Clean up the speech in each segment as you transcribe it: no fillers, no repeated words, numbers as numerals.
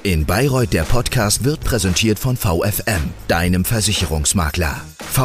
In Bayreuth, der Podcast, wird präsentiert von VFM, deinem Versicherungsmakler.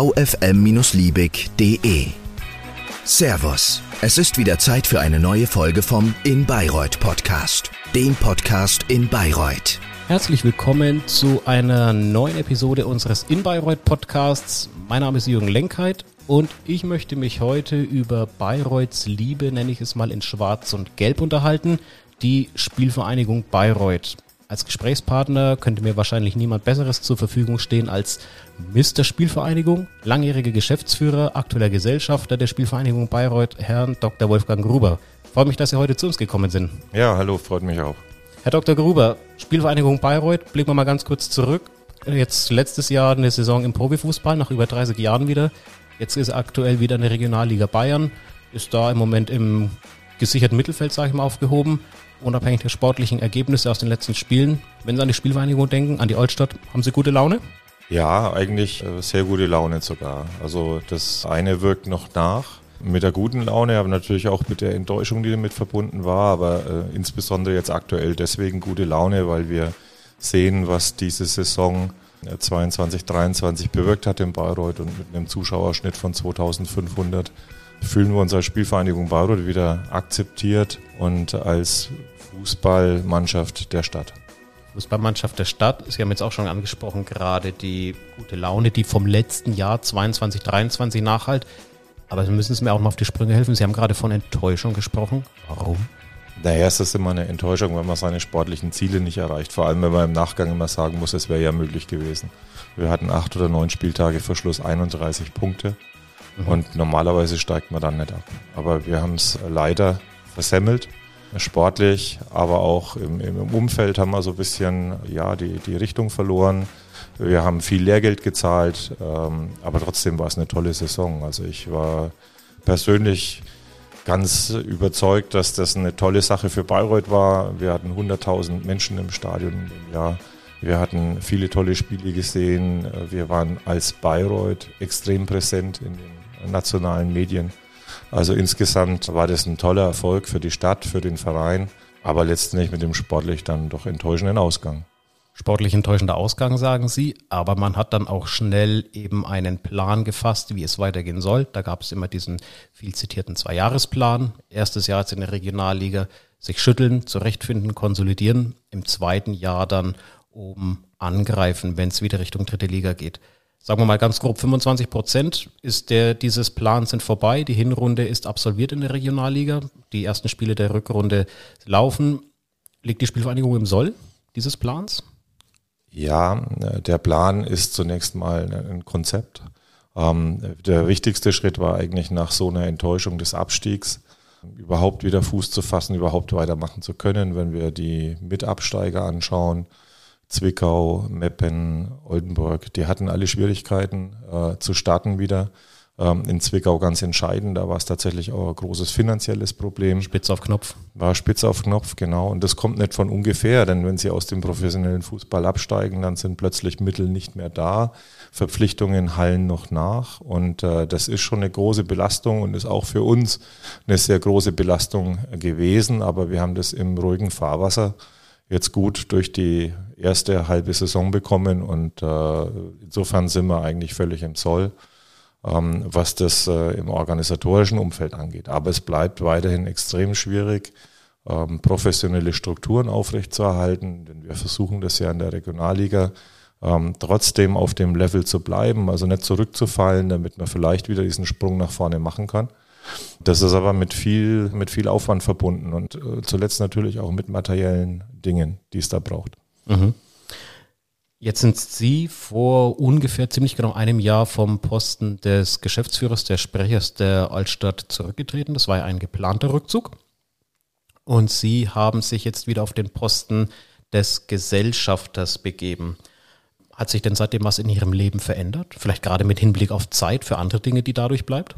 vfm-liebig.de. Servus, es ist wieder Zeit für eine neue Folge vom In Bayreuth Podcast, dem Podcast in Bayreuth. Herzlich willkommen zu einer neuen Episode unseres In Bayreuth Podcasts. Mein Name ist Jürgen Lenkheit und ich möchte mich heute über Bayreuths Liebe, nenne ich es mal, in Schwarz und Gelb unterhalten, die Spielvereinigung Bayreuth. Als Gesprächspartner könnte mir wahrscheinlich niemand Besseres zur Verfügung stehen als Mr. Spielvereinigung, langjähriger Geschäftsführer, aktueller Gesellschafter der Spielvereinigung Bayreuth, Herrn Dr. Wolfgang Gruber. Freut mich, dass Sie heute zu uns gekommen sind. Ja, hallo, freut mich auch. Herr Dr. Gruber, Spielvereinigung Bayreuth, blicken wir mal ganz kurz zurück. Jetzt letztes Jahr eine Saison im Profifußball, nach über 30 Jahren wieder. Jetzt ist er aktuell wieder in der Regionalliga Bayern, ist da im Moment im gesicherten Mittelfeld, sage ich mal, aufgehoben. Unabhängig der sportlichen Ergebnisse aus den letzten Spielen. Wenn Sie an die Spielvereinigung denken, an die Altstadt, haben Sie gute Laune? Ja, eigentlich sehr gute Laune sogar. Also das eine wirkt noch nach mit der guten Laune, aber natürlich auch mit der Enttäuschung, die damit verbunden war. Aber insbesondere jetzt aktuell deswegen gute Laune, weil wir sehen, was diese Saison 22/23 bewirkt hat in Bayreuth, und mit einem Zuschauerschnitt von 2500 fühlen wir uns als Spielvereinigung Bayreuth wieder akzeptiert und als Fußballmannschaft der Stadt. Fußballmannschaft der Stadt, Sie haben jetzt auch schon angesprochen, gerade die gute Laune, die vom letzten Jahr 22/23 nachhalt. Aber Sie müssen es mir auch mal auf die Sprünge helfen. Sie haben gerade von Enttäuschung gesprochen. Warum? Naja, es ist immer eine Enttäuschung, wenn man seine sportlichen Ziele nicht erreicht. Vor allem, wenn man im Nachgang immer sagen muss, es wäre ja möglich gewesen. Wir hatten 8 oder 9 Spieltage vor Schluss, 31 Punkte. Und normalerweise steigt man dann nicht ab. Aber wir haben es leider versemmelt, sportlich, aber auch im Umfeld haben wir so ein bisschen die Richtung verloren. Wir haben viel Lehrgeld gezahlt, aber trotzdem war es eine tolle Saison. Also ich war persönlich ganz überzeugt, dass das eine tolle Sache für Bayreuth war. Wir hatten 100.000 Menschen im Stadion im Jahr. Wir hatten viele tolle Spiele gesehen. Wir waren als Bayreuth extrem präsent in den nationalen Medien. Also insgesamt war das ein toller Erfolg für die Stadt, für den Verein, aber letztendlich mit dem sportlich dann doch enttäuschenden Ausgang. Sportlich enttäuschender Ausgang, sagen Sie, aber man hat dann auch schnell eben einen Plan gefasst, wie es weitergehen soll. Da gab es immer diesen viel zitierten 2-Jahresplan. Erstes Jahr jetzt in der Regionalliga, sich schütteln, zurechtfinden, konsolidieren. Im zweiten Jahr dann oben angreifen, wenn es wieder Richtung 3. Liga geht. Sagen wir mal ganz grob, 25% dieses Plans sind vorbei. Die Hinrunde ist absolviert in der Regionalliga. Die ersten Spiele der Rückrunde laufen. Liegt die Spielvereinigung im Soll dieses Plans? Ja, der Plan ist zunächst mal ein Konzept. Der wichtigste Schritt war eigentlich nach so einer Enttäuschung des Abstiegs, überhaupt wieder Fuß zu fassen, überhaupt weitermachen zu können. Wenn wir die Mitabsteiger anschauen, Zwickau, Meppen, Oldenburg, die hatten alle Schwierigkeiten zu starten wieder. In Zwickau ganz entscheidend, da war es tatsächlich auch ein großes finanzielles Problem. Spitz auf Knopf. War spitz auf Knopf, genau. Und das kommt nicht von ungefähr, denn wenn sie aus dem professionellen Fußball absteigen, dann sind plötzlich Mittel nicht mehr da. Verpflichtungen hallen noch nach. Und das ist schon eine große Belastung und ist auch für uns eine sehr große Belastung gewesen. Aber wir haben das im ruhigen Fahrwasser jetzt gut durch die erste halbe Saison bekommen und insofern sind wir eigentlich völlig im Soll, was das im organisatorischen Umfeld angeht. Aber es bleibt weiterhin extrem schwierig, professionelle Strukturen aufrechtzuerhalten, denn wir versuchen das ja in der Regionalliga trotzdem auf dem Level zu bleiben, also nicht zurückzufallen, damit man vielleicht wieder diesen Sprung nach vorne machen kann. Das ist aber mit viel Aufwand verbunden und zuletzt natürlich auch mit materiellen Dingen, die es da braucht. Mhm. Jetzt sind Sie vor ungefähr ziemlich genau einem Jahr vom Posten des Geschäftsführers, des Sprechers der Altstadt zurückgetreten. Das war ja ein geplanter Rückzug. Und Sie haben sich jetzt wieder auf den Posten des Gesellschafters begeben. Hat sich denn seitdem was in Ihrem Leben verändert? Vielleicht gerade mit Hinblick auf Zeit für andere Dinge, die dadurch bleibt?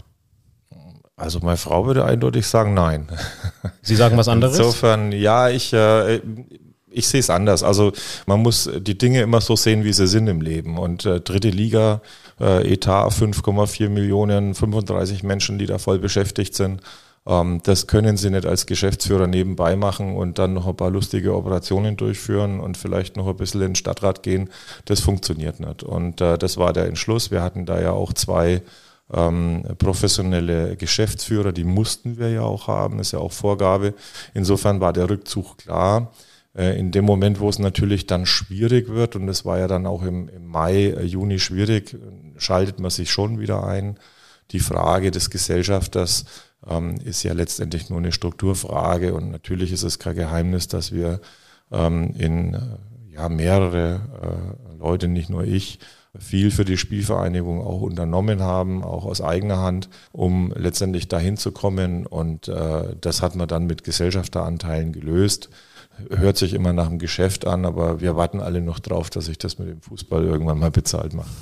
Also meine Frau würde eindeutig sagen, nein. Sie sagen was anderes? Insofern, ja, ich sehe es anders. Also man muss die Dinge immer so sehen, wie sie sind im Leben. Und 3. Liga, Etat 5,4 Millionen, 35 Menschen, die da voll beschäftigt sind. Das können Sie nicht als Geschäftsführer nebenbei machen und dann noch ein paar lustige Operationen durchführen und vielleicht noch ein bisschen in den Stadtrat gehen. Das funktioniert nicht. Und das war der Entschluss. Wir hatten da ja auch 2 professionelle Geschäftsführer, die mussten wir ja auch haben, das ist ja auch Vorgabe. Insofern war der Rückzug klar. In dem Moment, wo es natürlich dann schwierig wird, und es war ja dann auch im Mai, Juni schwierig, schaltet man sich schon wieder ein. Die Frage des Gesellschafters ist ja letztendlich nur eine Strukturfrage, und natürlich ist es kein Geheimnis, dass wir mehrere Leute, nicht nur ich, viel für die Spielvereinigung auch unternommen haben, auch aus eigener Hand, um letztendlich dahin zu kommen, und das hat man dann mit Gesellschafteranteilen gelöst. Hört sich immer nach dem Geschäft an, aber wir warten alle noch drauf, dass ich das mit dem Fußball irgendwann mal bezahlt mache.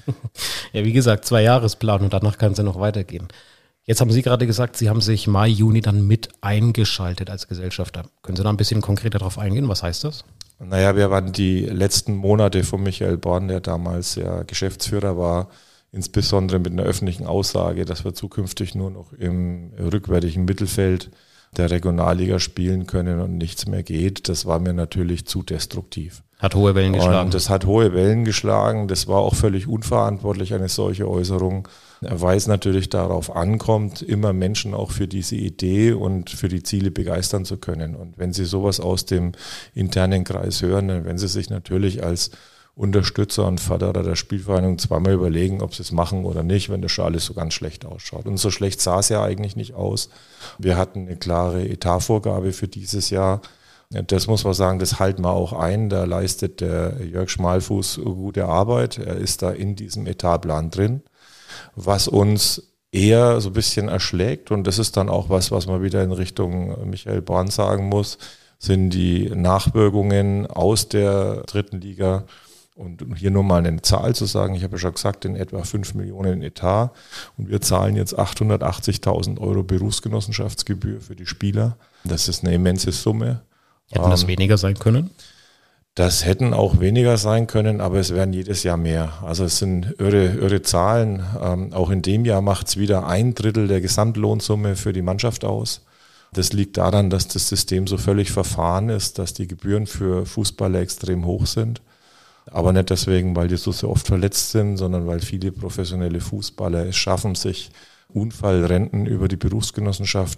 Ja, wie gesagt, 2-Jahresplan und danach kann es ja noch weitergehen. Jetzt haben Sie gerade gesagt, Sie haben sich Mai, Juni dann mit eingeschaltet als Gesellschafter. Können Sie da ein bisschen konkreter drauf eingehen? Was heißt das? Naja, wir waren die letzten Monate von Michael Born, der damals ja Geschäftsführer war, insbesondere mit einer öffentlichen Aussage, dass wir zukünftig nur noch im rückwärtigen Mittelfeld der Regionalliga spielen können und nichts mehr geht. Das war mir natürlich zu destruktiv. Hat hohe Wellen geschlagen. Und das hat hohe Wellen geschlagen. Das war auch völlig unverantwortlich, eine solche Äußerung, weil es natürlich darauf ankommt, immer Menschen auch für diese Idee und für die Ziele begeistern zu können. Und wenn Sie sowas aus dem internen Kreis hören, dann werden Sie sich natürlich als Unterstützer und Förderer der Spielvereinigung zweimal überlegen, ob sie es machen oder nicht, wenn das schon alles so ganz schlecht ausschaut. Und so schlecht sah es ja eigentlich nicht aus. Wir hatten eine klare Etatvorgabe für dieses Jahr. Das muss man sagen, das halten wir auch ein. Da leistet der Jörg Schmalfuß gute Arbeit. Er ist da in diesem Etatplan drin. Was uns eher so ein bisschen erschlägt, und das ist dann auch was man wieder in Richtung Michael Born sagen muss, sind die Nachwirkungen aus der 3. Liga. Und hier nur mal eine Zahl zu sagen, ich habe ja schon gesagt, in etwa 5 Millionen Etat, und wir zahlen jetzt 880.000 Euro Berufsgenossenschaftsgebühr für die Spieler. Das ist eine immense Summe. Hätten das weniger sein können? Das hätten auch weniger sein können, aber es werden jedes Jahr mehr. Also es sind irre Zahlen. Auch in dem Jahr macht es wieder 1/3 der Gesamtlohnsumme für die Mannschaft aus. Das liegt daran, dass das System so völlig verfahren ist, dass die Gebühren für Fußballer extrem hoch sind. Aber nicht deswegen, weil die so oft verletzt sind, sondern weil viele professionelle Fußballer es schaffen, sich Unfallrenten über die Berufsgenossenschaft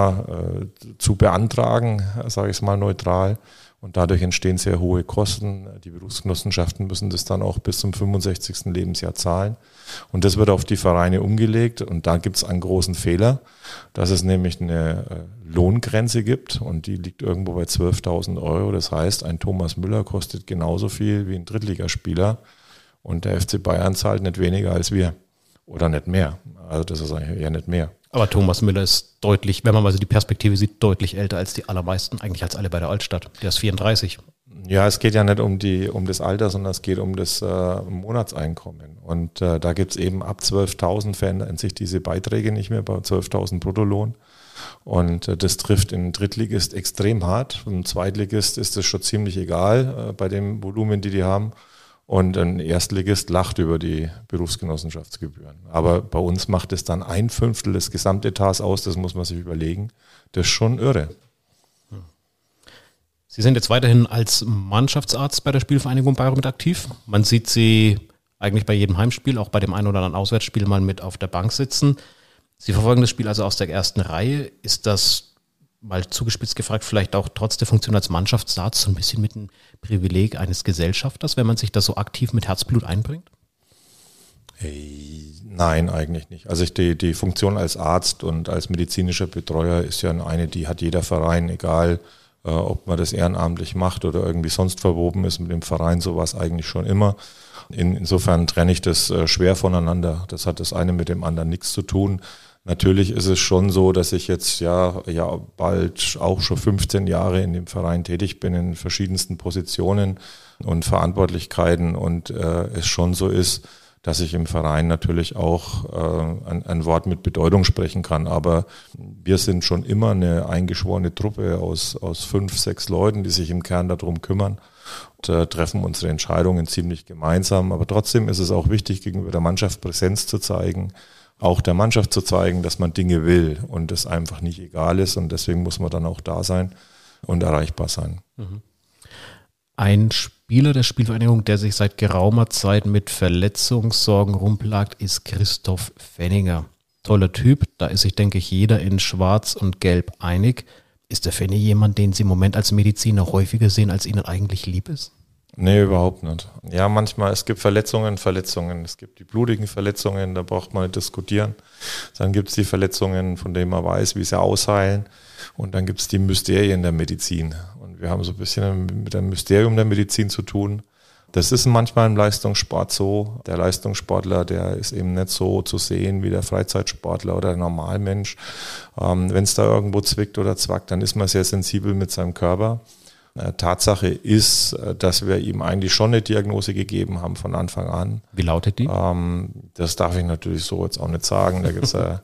zu beantragen, sage ich es mal neutral. Und dadurch entstehen sehr hohe Kosten. Die Berufsgenossenschaften müssen das dann auch bis zum 65. Lebensjahr zahlen. Und das wird auf die Vereine umgelegt. Und da gibt es einen großen Fehler, dass es nämlich eine Lohngrenze gibt. Und die liegt irgendwo bei 12.000 Euro. Das heißt, ein Thomas Müller kostet genauso viel wie ein Drittligaspieler. Und der FC Bayern zahlt nicht weniger als wir. Oder nicht mehr. Also das ist eigentlich eher nicht mehr. Aber Thomas Müller ist deutlich, wenn man mal so die Perspektive sieht, deutlich älter als die allermeisten, eigentlich als alle bei der Altstadt. Der ist 34. Ja, es geht ja nicht um das Alter, sondern es geht um das Monatseinkommen. Und da gibt es eben ab 12.000 verändern sich diese Beiträge nicht mehr bei 12.000 Bruttolohn. Und das trifft in Drittligist extrem hart. Im Zweitligist ist es schon ziemlich egal bei dem Volumen, die haben. Und ein Erstligist lacht über die Berufsgenossenschaftsgebühren. Aber bei uns macht es dann 1/5 des Gesamtetats aus, das muss man sich überlegen. Das ist schon irre. Sie sind jetzt weiterhin als Mannschaftsarzt bei der Spielvereinigung Bayreuth mit aktiv. Man sieht Sie eigentlich bei jedem Heimspiel, auch bei dem einen oder anderen Auswärtsspiel mal mit auf der Bank sitzen. Sie verfolgen das Spiel also aus der ersten Reihe. Ist das, mal zugespitzt gefragt, vielleicht auch trotz der Funktion als Mannschaftsarzt so ein bisschen mit dem Privileg eines Gesellschafters, wenn man sich da so aktiv mit Herzblut einbringt? Nein, eigentlich nicht. Also die Funktion als Arzt und als medizinischer Betreuer ist ja eine, die hat jeder Verein, egal ob man das ehrenamtlich macht oder irgendwie sonst verwoben ist mit dem Verein, so war es eigentlich schon immer. Insofern trenne ich das schwer voneinander. Das hat das eine mit dem anderen nichts zu tun. Natürlich ist es schon so, dass ich jetzt ja bald auch schon 15 Jahre in dem Verein tätig bin, in verschiedensten Positionen und Verantwortlichkeiten, und es schon so ist, dass ich im Verein natürlich auch ein Wort mit Bedeutung sprechen kann. Aber wir sind schon immer eine eingeschworene Truppe aus 5, 6 Leuten, die sich im Kern darum kümmern und treffen unsere Entscheidungen ziemlich gemeinsam. Aber trotzdem ist es auch wichtig, gegenüber der Mannschaft Präsenz zu zeigen, auch der Mannschaft zu zeigen, dass man Dinge will und es einfach nicht egal ist. Und deswegen muss man dann auch da sein und erreichbar sein. Ein Spieler der Spielvereinigung, der sich seit geraumer Zeit mit Verletzungssorgen rumplagt, ist Christoph Fenninger. Toller Typ, da ist sich, denke ich, jeder in Schwarz und Gelb einig. Ist der Fenny jemand, den Sie im Moment als Mediziner häufiger sehen, als Ihnen eigentlich lieb ist? Nee, überhaupt nicht. Ja, manchmal, es gibt Verletzungen. Es gibt die blutigen Verletzungen, da braucht man nicht diskutieren. Dann gibt es die Verletzungen, von denen man weiß, wie sie ausheilen. Und dann gibt es die Mysterien der Medizin. Und wir haben so ein bisschen mit dem Mysterium der Medizin zu tun. Das ist manchmal im Leistungssport so. Der Leistungssportler, der ist eben nicht so zu sehen wie der Freizeitsportler oder der Normalmensch. Wenn es da irgendwo zwickt oder zwackt, dann ist man sehr sensibel mit seinem Körper. Tatsache ist, dass wir ihm eigentlich schon eine Diagnose gegeben haben von Anfang an. Wie lautet die? Das darf ich natürlich so jetzt auch nicht sagen. Da gibt es ein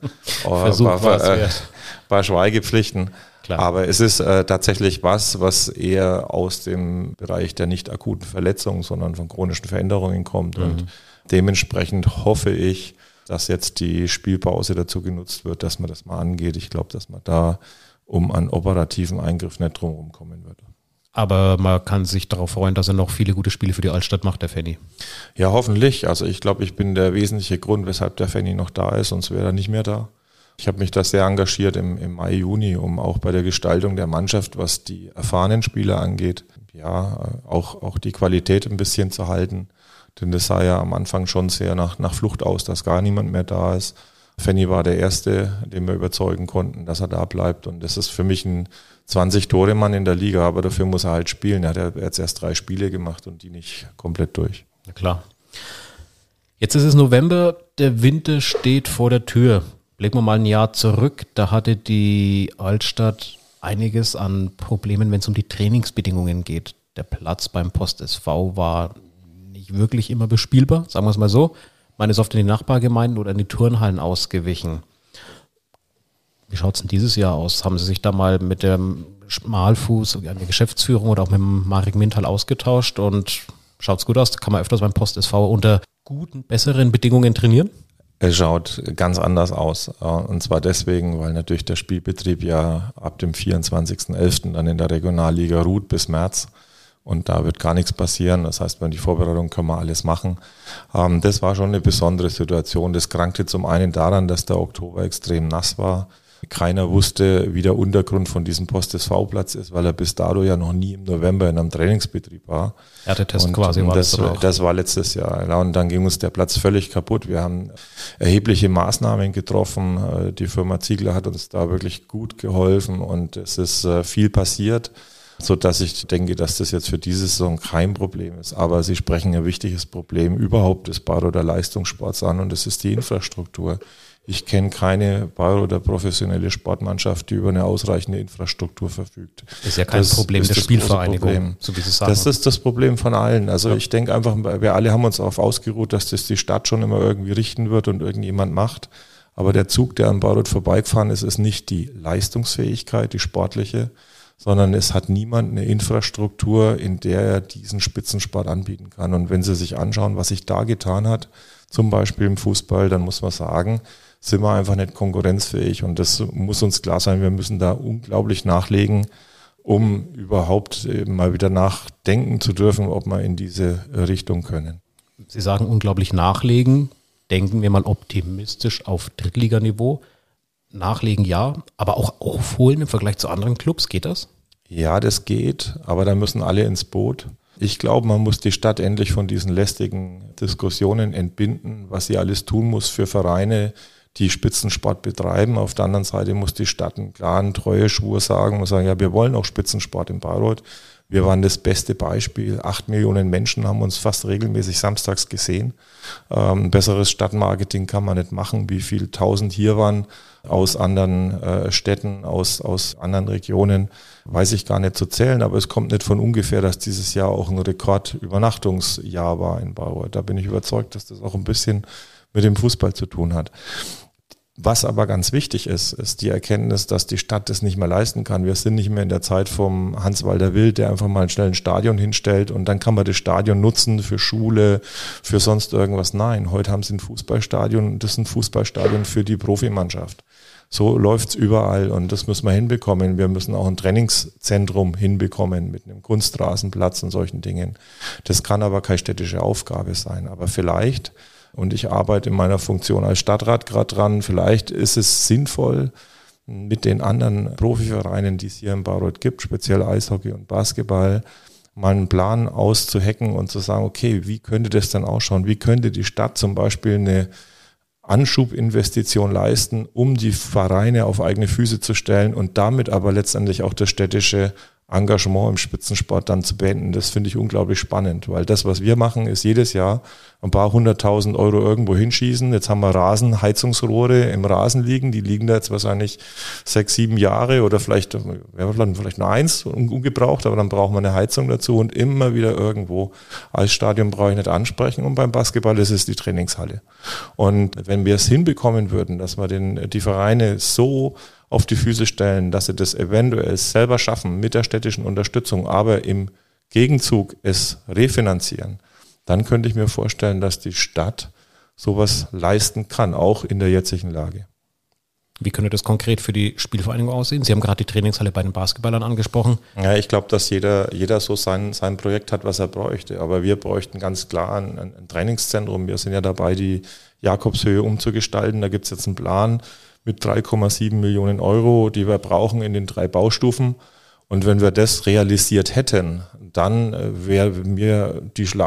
paar Schweigepflichten. Klar. Aber es ist tatsächlich was eher aus dem Bereich der nicht akuten Verletzungen, sondern von chronischen Veränderungen kommt. Und dementsprechend hoffe ich, dass jetzt die Spielpause dazu genutzt wird, dass man das mal angeht. Ich glaube, dass man da um einen operativen Eingriff nicht drumherum kommen wird. Aber man kann sich darauf freuen, dass er noch viele gute Spiele für die Altstadt macht, der Fenny. Ja, hoffentlich. Also ich glaube, ich bin der wesentliche Grund, weshalb der Fenny noch da ist, sonst wäre er nicht mehr da. Ich habe mich da sehr engagiert im Mai, Juni, um auch bei der Gestaltung der Mannschaft, was die erfahrenen Spieler angeht, ja, auch die Qualität ein bisschen zu halten. Denn das sah ja am Anfang schon sehr nach Flucht aus, dass gar niemand mehr da ist. Fenny war der Erste, den wir überzeugen konnten, dass er da bleibt. Und das ist für mich ein 20-Tore-Mann in der Liga, aber dafür muss er halt spielen. Er hat jetzt erst 3 Spiele gemacht und die nicht komplett durch. Na klar. Jetzt ist es November, der Winter steht vor der Tür. Blicken wir mal ein Jahr zurück, da hatte die Altstadt einiges an Problemen, wenn es um die Trainingsbedingungen geht. Der Platz beim Post SV war nicht wirklich immer bespielbar, sagen wir es mal so. Man ist oft in die Nachbargemeinden oder in die Turnhallen ausgewichen. Wie schaut es denn dieses Jahr aus? Haben Sie sich da mal mit dem Schmalfuß, an der Geschäftsführung oder auch mit dem Marek Mintal ausgetauscht und schaut es gut aus? Kann man öfters beim Post SV unter guten, besseren Bedingungen trainieren? Es schaut ganz anders aus. Und zwar deswegen, weil natürlich der Spielbetrieb ja ab dem 24.11. dann in der Regionalliga ruht bis März. Und da wird gar nichts passieren. Das heißt, bei die Vorbereitung können wir alles machen. Das war schon eine besondere Situation. Das krankte zum einen daran, dass der Oktober extrem nass war. Keiner wusste, wie der Untergrund von diesem Post-SV-Platz ist, weil er bis dato ja noch nie im November in einem Trainingsbetrieb war. Härtetest quasi war das war letztes Jahr. Ja, und dann ging uns der Platz völlig kaputt. Wir haben erhebliche Maßnahmen getroffen. Die Firma Ziegler hat uns da wirklich gut geholfen und es ist viel passiert, so dass ich denke, dass das jetzt für diese Saison kein Problem ist. Aber Sie sprechen ein wichtiges Problem überhaupt des Bayreuther Leistungssports an und das ist die Infrastruktur. Ich kenne keine Bayreuther professionelle Sportmannschaft, die über eine ausreichende Infrastruktur verfügt. Das ist ja kein Problem der Spielvereinigung, so wie Sie sagen. Das ist das Problem von allen. Also ich denke einfach, wir alle haben uns darauf ausgeruht, dass das die Stadt schon immer irgendwie richten wird und irgendjemand macht. Aber der Zug, der an Bayreuth vorbeigefahren ist, ist nicht die Leistungsfähigkeit, die sportliche, sondern es hat niemand eine Infrastruktur, in der er diesen Spitzensport anbieten kann. Und wenn Sie sich anschauen, was sich da getan hat, zum Beispiel im Fußball, dann muss man sagen, sind wir einfach nicht konkurrenzfähig. Und das muss uns klar sein, wir müssen da unglaublich nachlegen, um überhaupt mal wieder nachdenken zu dürfen, ob wir in diese Richtung können. Sie sagen unglaublich nachlegen. Denken wir mal optimistisch auf Drittliganiveau. Nachlegen ja, aber auch aufholen im Vergleich zu anderen Clubs, geht das? Ja, das geht, aber da müssen alle ins Boot. Ich glaube, man muss die Stadt endlich von diesen lästigen Diskussionen entbinden, was sie alles tun muss für Vereine, die Spitzensport betreiben. Auf der anderen Seite muss die Stadt einen klaren Treueschwur sagen und sagen, ja, wir wollen auch Spitzensport in Bayreuth. Wir waren das beste Beispiel. 8 Millionen Menschen haben uns fast regelmäßig samstags gesehen. Ein besseres Stadtmarketing kann man nicht machen. Wie viel 1000 hier waren aus anderen Städten, aus anderen Regionen, weiß ich gar nicht zu zählen. Aber es kommt nicht von ungefähr, dass dieses Jahr auch ein Rekordübernachtungsjahr war in Bayreuth. Da bin ich überzeugt, dass das auch ein bisschen mit dem Fußball zu tun hat. Was aber ganz wichtig ist die Erkenntnis, dass die Stadt das nicht mehr leisten kann. Wir sind nicht mehr in der Zeit vom Hans-Walter Wild, der einfach mal schnell ein Stadion hinstellt und dann kann man das Stadion nutzen für Schule, für sonst irgendwas. Nein, heute haben sie ein Fußballstadion und das ist ein Fußballstadion für die Profimannschaft. So läuft's überall und das müssen wir hinbekommen. Wir müssen auch ein Trainingszentrum hinbekommen mit einem Kunstrasenplatz und solchen Dingen. Das kann aber keine städtische Aufgabe sein. Aber vielleicht, und ich arbeite in meiner Funktion als Stadtrat gerade dran, vielleicht ist es sinnvoll, mit den anderen Profivereinen, die es hier in Bayreuth gibt, speziell Eishockey und Basketball, mal einen Plan auszuhacken und zu sagen, okay, wie könnte das denn ausschauen? Wie könnte die Stadt zum Beispiel eine Anschubinvestition leisten, um die Vereine auf eigene Füße zu stellen und damit aber letztendlich auch das städtische Engagement im Spitzensport dann zu beenden. Das finde ich unglaublich spannend, weil das, was wir machen, ist jedes Jahr ein paar 100.000 Euro irgendwo hinschießen. Jetzt haben wir Heizungsrohre im Rasen liegen, die liegen da jetzt wahrscheinlich 6, 7 Jahre oder vielleicht nur 1 ungebraucht, aber dann brauchen wir eine Heizung dazu und immer wieder irgendwo. Als Stadion brauche ich nicht ansprechen und beim Basketball ist es die Trainingshalle. Und wenn wir es hinbekommen würden, dass wir die Vereine so auf die Füße stellen, dass sie das eventuell selber schaffen mit der städtischen Unterstützung, aber im Gegenzug es refinanzieren, dann könnte ich mir vorstellen, dass die Stadt sowas leisten kann, auch in der jetzigen Lage. Wie könnte das konkret für die Spielvereinigung aussehen? Sie haben gerade die Trainingshalle bei den Basketballern angesprochen. Ja, ich glaube, dass jeder so sein Projekt hat, was er bräuchte. Aber wir bräuchten ganz klar ein Trainingszentrum. Wir sind ja dabei, die Jakobshöhe umzugestalten. Da gibt es jetzt einen Plan mit 3,7 Millionen Euro, die wir brauchen in den 3 Baustufen. Und wenn wir das realisiert hätten, dann wäre mir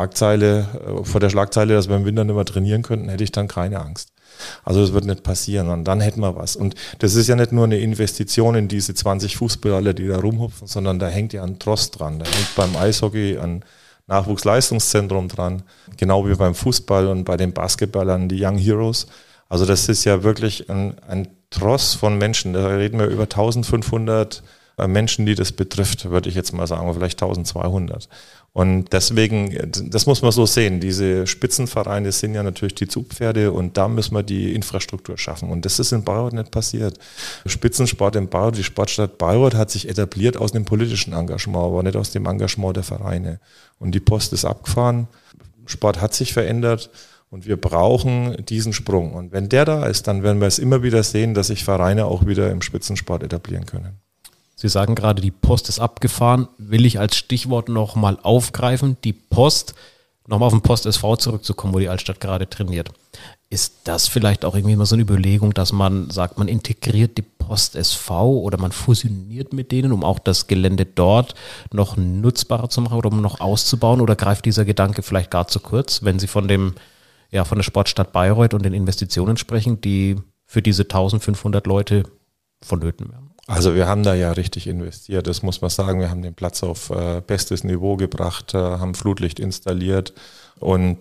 vor der Schlagzeile, dass wir im Winter nicht mehr trainieren könnten, hätte ich dann keine Angst. Also das wird nicht passieren und dann hätten wir was. Und das ist ja nicht nur eine Investition in diese 20 Fußballer, die da rumhupfen, sondern da hängt ja ein Trost dran. Da hängt beim Eishockey ein Nachwuchsleistungszentrum dran, genau wie beim Fußball und bei den Basketballern, die Young Heroes. Also das ist ja wirklich ein Tross von Menschen. Da reden wir über 1500 Menschen, die das betrifft, würde ich jetzt mal sagen, vielleicht 1200. Und deswegen, das muss man so sehen, diese Spitzenvereine sind ja natürlich die Zugpferde und da müssen wir die Infrastruktur schaffen. Und das ist in Bayreuth nicht passiert. Spitzensport in Bayreuth, die Sportstadt Bayreuth hat sich etabliert aus dem politischen Engagement, aber nicht aus dem Engagement der Vereine. Und die Post ist abgefahren, Sport hat sich verändert. Und wir brauchen diesen Sprung. Und wenn der da ist, dann werden wir es immer wieder sehen, dass sich Vereine auch wieder im Spitzensport etablieren können. Sie sagen gerade, die Post ist abgefahren. Will ich als Stichwort nochmal aufgreifen. Die Post, nochmal auf den Post SV zurückzukommen, wo die Altstadt gerade trainiert. Ist das vielleicht auch irgendwie mal so eine Überlegung, dass man sagt, man integriert die Post SV oder man fusioniert mit denen, um auch das Gelände dort noch nutzbarer zu machen oder um noch auszubauen? Oder greift dieser Gedanke vielleicht gar zu kurz, wenn Sie von der Sportstadt Bayreuth und den Investitionen sprechen, die für diese 1500 Leute vonnöten werden? Also wir haben da ja richtig investiert, das muss man sagen. Wir haben den Platz auf bestes Niveau gebracht, haben Flutlicht installiert und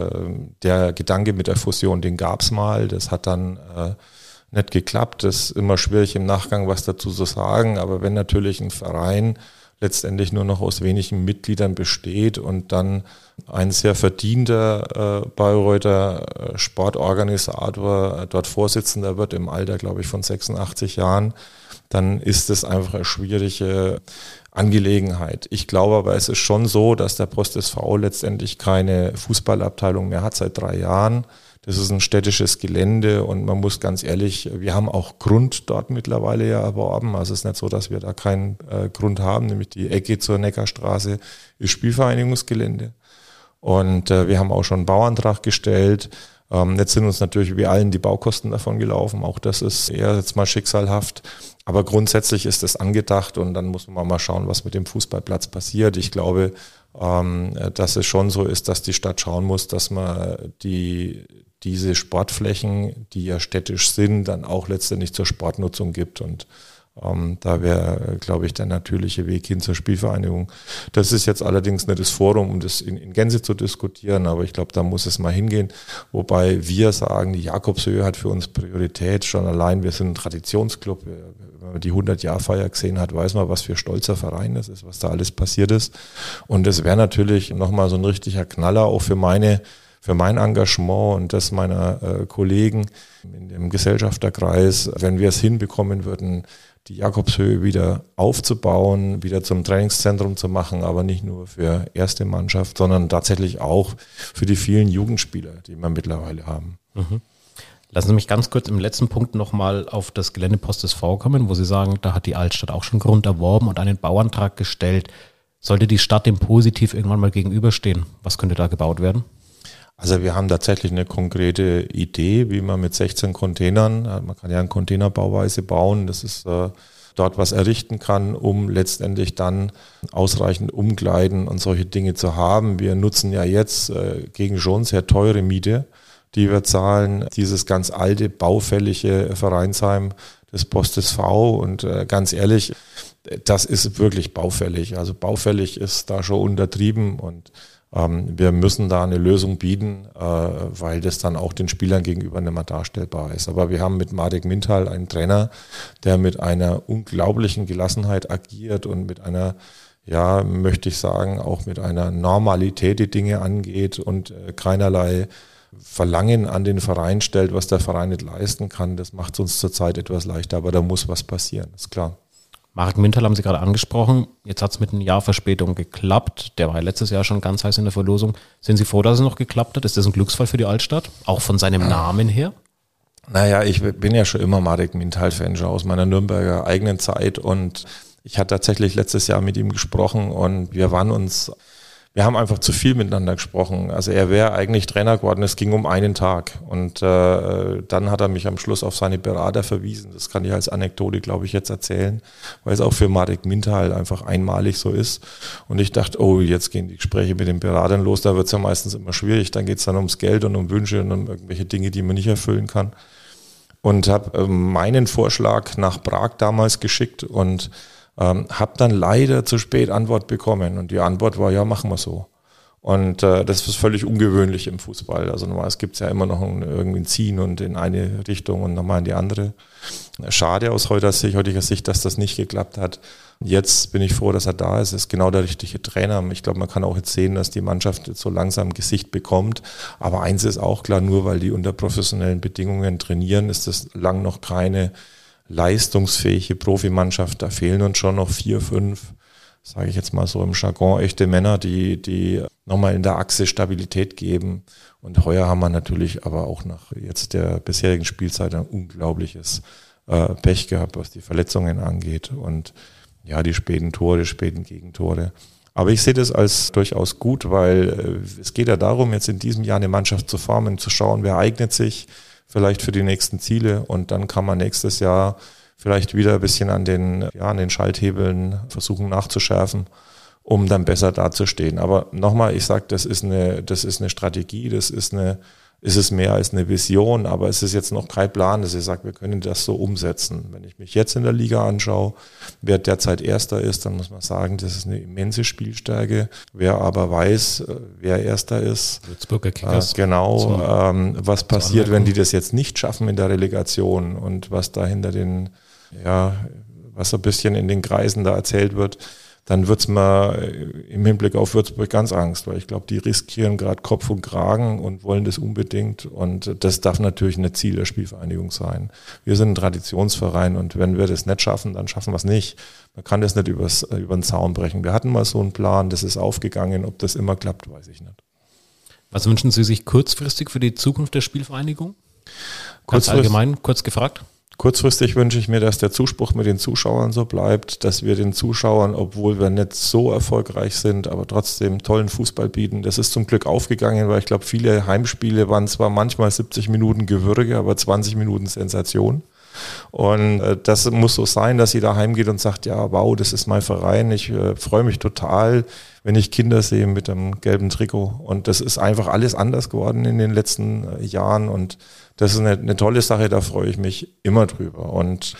der Gedanke mit der Fusion, den gab es mal. Das hat dann nicht geklappt. Das ist immer schwierig im Nachgang was dazu zu sagen, aber wenn natürlich ein Verein letztendlich nur noch aus wenigen Mitgliedern besteht und dann ein sehr verdienter Bayreuther Sportorganisator dort Vorsitzender wird im Alter, glaube ich, von 86 Jahren, dann ist es einfach eine schwierige Angelegenheit. Ich glaube aber, es ist schon so, dass der Post SV letztendlich keine Fußballabteilung mehr hat seit 3 Jahren. Das ist ein städtisches Gelände und man muss ganz ehrlich, wir haben auch Grund dort mittlerweile ja erworben. Also es ist nicht so, dass wir da keinen Grund haben, nämlich die Ecke zur Neckarstraße ist Spielvereinigungsgelände. Und wir haben auch schon einen Bauantrag gestellt. Jetzt sind uns natürlich wie allen die Baukosten davon gelaufen. Auch das ist eher jetzt mal schicksalhaft. Aber grundsätzlich ist das angedacht und dann muss man mal schauen, was mit dem Fußballplatz passiert. Ich glaube, dass es schon so ist, dass die Stadt schauen muss, dass man diese Sportflächen, die ja städtisch sind, dann auch letztendlich zur Sportnutzung gibt. Und Da wäre, glaube ich, der natürliche Weg hin zur Spielvereinigung. Das ist jetzt allerdings nicht das Forum, um das in Gänze zu diskutieren, aber ich glaube, da muss es mal hingehen. Wobei wir sagen, die Jakobshöhe hat für uns Priorität. Schon allein, wir sind ein Traditionsclub. Wenn man die 100-Jahr-Feier gesehen hat, weiß man, was für ein stolzer Verein das ist, was da alles passiert ist. Und es wäre natürlich nochmal so ein richtiger Knaller auch für mein Engagement und das meiner Kollegen in dem Gesellschafterkreis, wenn wir es hinbekommen würden, die Jakobshöhe wieder aufzubauen, wieder zum Trainingszentrum zu machen, aber nicht nur für erste Mannschaft, sondern tatsächlich auch für die vielen Jugendspieler, die wir mittlerweile haben. Mhm. Lassen Sie mich ganz kurz im letzten Punkt nochmal auf das Gelände Post SV kommen, wo Sie sagen, da hat die Altstadt auch schon Grund erworben und einen Bauantrag gestellt. Sollte die Stadt dem positiv irgendwann mal gegenüberstehen, was könnte da gebaut werden? Also wir haben tatsächlich eine konkrete Idee, wie man mit 16 Containern, man kann ja eine Containerbauweise bauen, das ist dort was errichten kann, um letztendlich dann ausreichend Umkleiden und solche Dinge zu haben. Wir nutzen ja jetzt gegen schon sehr teure Miete, die wir zahlen, dieses ganz alte, baufällige Vereinsheim des Post SV und ganz ehrlich, das ist wirklich baufällig. Also baufällig ist da schon untertrieben und wir müssen da eine Lösung bieten, weil das dann auch den Spielern gegenüber nicht mehr darstellbar ist. Aber wir haben mit Marek Minthal einen Trainer, der mit einer unglaublichen Gelassenheit agiert und mit einer, ja, möchte ich sagen, auch mit einer Normalität die Dinge angeht und keinerlei Verlangen an den Verein stellt, was der Verein nicht leisten kann. Das macht es uns zurzeit etwas leichter, aber da muss was passieren, ist klar. Marek Minthal haben Sie gerade angesprochen. Jetzt hat es mit einem Jahr Verspätung geklappt. Der war ja letztes Jahr schon ganz heiß in der Verlosung. Sind Sie froh, dass es noch geklappt hat? Ist das ein Glücksfall für die Altstadt? Auch von seinem Namen her? Naja, ich bin ja schon immer Marek Minthal-Fan, schon aus meiner Nürnberger eigenen Zeit. Und ich hatte tatsächlich letztes Jahr mit ihm gesprochen und wir haben einfach zu viel miteinander gesprochen. Also er wäre eigentlich Trainer geworden, es ging um einen Tag. Und dann hat er mich am Schluss auf seine Berater verwiesen. Das kann ich als Anekdote, glaube ich, jetzt erzählen, weil es auch für Marek Minthal einfach einmalig so ist. Und ich dachte, oh, jetzt gehen die Gespräche mit den Beratern los, da wird es ja meistens immer schwierig. Dann geht es dann ums Geld und um Wünsche und um irgendwelche Dinge, die man nicht erfüllen kann. Und habe meinen Vorschlag nach Prag damals geschickt und habe dann leider zu spät Antwort bekommen und die Antwort war, ja, machen wir so. Und das ist völlig ungewöhnlich im Fußball. Also normalerweise gibt es ja immer noch irgendwie ein Ziehen und in eine Richtung und nochmal in die andere. Schade aus heutiger Sicht, dass das nicht geklappt hat. Jetzt bin ich froh, dass er da ist. Er ist genau der richtige Trainer. Ich glaube, man kann auch jetzt sehen, dass die Mannschaft jetzt so langsam Gesicht bekommt. Aber eins ist auch klar, nur weil die unter professionellen Bedingungen trainieren, ist das lang noch keine leistungsfähige Profimannschaft. Da fehlen uns schon noch 4, 5, sage ich jetzt mal so im Jargon, echte Männer, die nochmal in der Achse Stabilität geben. Und heuer haben wir natürlich aber auch nach jetzt der bisherigen Spielzeit ein unglaubliches Pech gehabt, was die Verletzungen angeht und ja, die späten Gegentore. Aber ich sehe das als durchaus gut, weil es geht ja darum, jetzt in diesem Jahr eine Mannschaft zu formen, zu schauen, wer eignet sich vielleicht für die nächsten Ziele und dann kann man nächstes Jahr vielleicht wieder ein bisschen an den Schalthebeln versuchen nachzuschärfen, um dann besser dazustehen. Aber nochmal, ich sage, das ist eine Strategie, ist es mehr als eine Vision, aber es ist jetzt noch kein Plan, dass ich sage, wir können das so umsetzen. Wenn ich mich jetzt in der Liga anschaue, wer derzeit Erster ist, dann muss man sagen, das ist eine immense Spielstärke. Wer aber weiß, wer Erster ist, Würzburger Kickers. Was passiert, wenn die das jetzt nicht schaffen in der Relegation und was da hinter was so ein bisschen in den Kreisen da erzählt wird, dann wird's mir im Hinblick auf Würzburg ganz Angst, weil ich glaube, die riskieren gerade Kopf und Kragen und wollen das unbedingt und das darf natürlich nicht Ziel der Spielvereinigung sein. Wir sind ein Traditionsverein und wenn wir das nicht schaffen, dann schaffen wir es nicht. Man kann das nicht über den Zaun brechen. Wir hatten mal so einen Plan, das ist aufgegangen, ob das immer klappt, weiß ich nicht. Was wünschen Sie sich kurzfristig für die Zukunft der Spielvereinigung? Ganz allgemein, kurz gefragt. Kurzfristig wünsche ich mir, dass der Zuspruch mit den Zuschauern so bleibt, dass wir den Zuschauern, obwohl wir nicht so erfolgreich sind, aber trotzdem tollen Fußball bieten. Das ist zum Glück aufgegangen, weil ich glaube, viele Heimspiele waren zwar manchmal 70 Minuten Gewürge, aber 20 Minuten Sensation. Und das muss so sein, dass jeder heimgeht und sagt, ja, wow, das ist mein Verein. Ich freue mich total, wenn ich Kinder sehe mit einem gelben Trikot. Und das ist einfach alles anders geworden in den letzten Jahren und das ist eine tolle Sache, da freue ich mich immer drüber. Und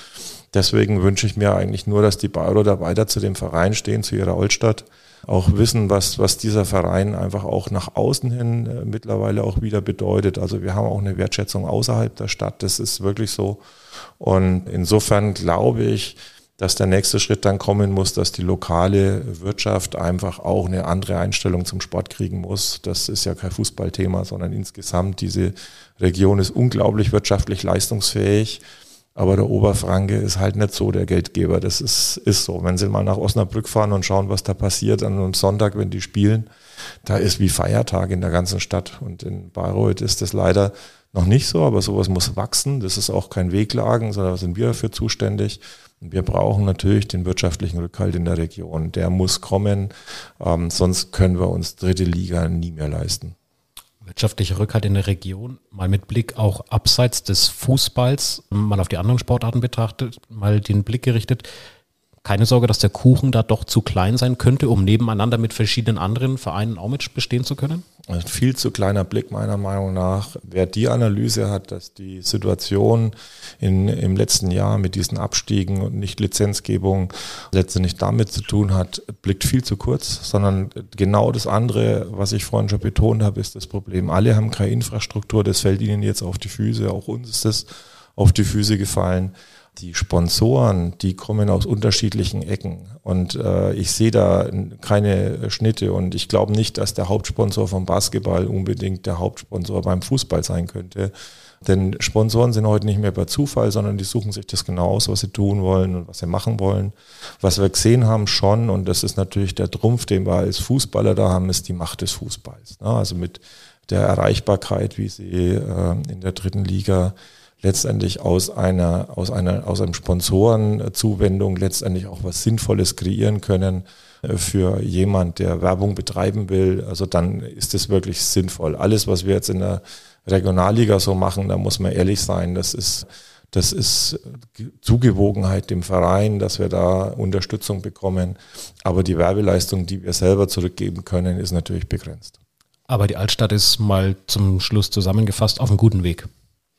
Deswegen wünsche ich mir eigentlich nur, dass die Bayreuther weiter zu dem Verein stehen, zu ihrer Altstadt, auch wissen, was dieser Verein einfach auch nach außen hin mittlerweile auch wieder bedeutet. Also wir haben auch eine Wertschätzung außerhalb der Stadt, das ist wirklich so. Und insofern glaube ich, dass der nächste Schritt dann kommen muss, dass die lokale Wirtschaft einfach auch eine andere Einstellung zum Sport kriegen muss. Das ist ja kein Fußballthema, sondern insgesamt diese Region ist unglaublich wirtschaftlich leistungsfähig. Aber der Oberfranke ist halt nicht so der Geldgeber. Das ist so. Wenn Sie mal nach Osnabrück fahren und schauen, was da passiert an einem Sonntag, wenn die spielen, da ist wie Feiertag in der ganzen Stadt. Und in Bayreuth ist das leider noch nicht so, aber sowas muss wachsen. Das ist auch kein Wehklagen, sondern da sind wir dafür zuständig. Und wir brauchen natürlich den wirtschaftlichen Rückhalt in der Region. Der muss kommen, sonst können wir uns dritte Liga nie mehr leisten. Wirtschaftlicher Rückhalt in der Region, mal mit Blick auch abseits des Fußballs, mal auf die anderen Sportarten betrachtet, mal den Blick gerichtet. Keine Sorge, dass der Kuchen da doch zu klein sein könnte, um nebeneinander mit verschiedenen anderen Vereinen auch mit bestehen zu können? Ein viel zu kleiner Blick meiner Meinung nach. Wer die Analyse hat, dass die Situation im letzten Jahr mit diesen Abstiegen und Nicht-Lizenzgebung letztendlich damit zu tun hat, blickt viel zu kurz, sondern genau das andere, was ich vorhin schon betont habe, ist das Problem. Alle haben keine Infrastruktur, das fällt ihnen jetzt auf die Füße, auch uns ist das auf die Füße gefallen. Die Sponsoren, die kommen aus unterschiedlichen Ecken und ich sehe da keine Schnitte und ich glaube nicht, dass der Hauptsponsor vom Basketball unbedingt der Hauptsponsor beim Fußball sein könnte. Denn Sponsoren sind heute nicht mehr per Zufall, sondern die suchen sich das genau aus, was sie tun wollen und was sie machen wollen. Was wir gesehen haben schon, und das ist natürlich der Trumpf, den wir als Fußballer da haben, ist die Macht des Fußballs. Also mit der Erreichbarkeit, wie sie in der dritten Liga letztendlich aus einem Sponsorenzuwendung letztendlich auch was Sinnvolles kreieren können für jemand, der Werbung betreiben will. Also dann ist das wirklich sinnvoll. Alles, was wir jetzt in der Regionalliga so machen, da muss man ehrlich sein, das ist Zugewogenheit dem Verein, dass wir da Unterstützung bekommen. Aber die Werbeleistung, die wir selber zurückgeben können, ist natürlich begrenzt. Aber die Altstadt ist mal zum Schluss zusammengefasst auf einem guten Weg.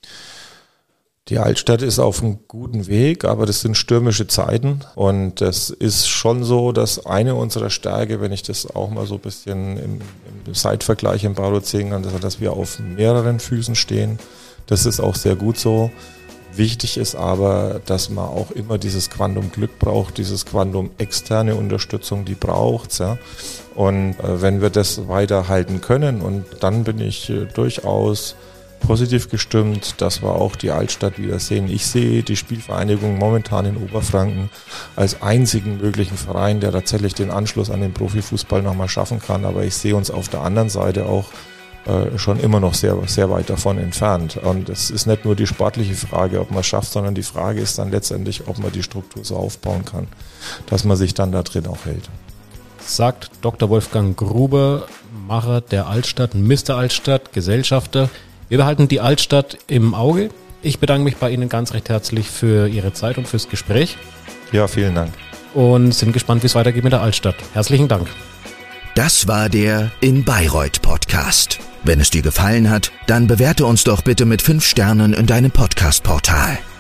Die Altstadt ist auf einem guten Weg, aber das sind stürmische Zeiten und das ist schon so, dass eine unserer Stärke, wenn ich das auch mal so ein bisschen im Zeitvergleich im Bayreuth sehen kann, dass wir auf mehreren Füßen stehen. Das ist auch sehr gut so. Wichtig ist aber, dass man auch immer dieses Quantum Glück braucht, dieses Quantum externe Unterstützung, die braucht's, ja. Und wenn wir das weiterhalten können, und dann bin ich durchaus positiv gestimmt, dass wir auch die Altstadt wieder sehen. Ich sehe die Spielvereinigung momentan in Oberfranken als einzigen möglichen Verein, der tatsächlich den Anschluss an den Profifußball nochmal schaffen kann. Aber ich sehe uns auf der anderen Seite auch schon immer noch sehr, sehr weit davon entfernt. Und es ist nicht nur die sportliche Frage, ob man es schafft, sondern die Frage ist dann letztendlich, ob man die Struktur so aufbauen kann, dass man sich dann da drin auch hält. Sagt Dr. Wolfgang Gruber, Macher der Altstadt, Mr. Altstadt, Gesellschafter. Wir behalten die Altstadt im Auge. Ich bedanke mich bei Ihnen ganz recht herzlich für Ihre Zeit und fürs Gespräch. Ja, vielen Dank. Und sind gespannt, wie es weitergeht mit der Altstadt. Herzlichen Dank. Das war der In Bayreuth Podcast. Wenn es dir gefallen hat, dann bewerte uns doch bitte mit 5 Sternen in deinem Podcast-Portal.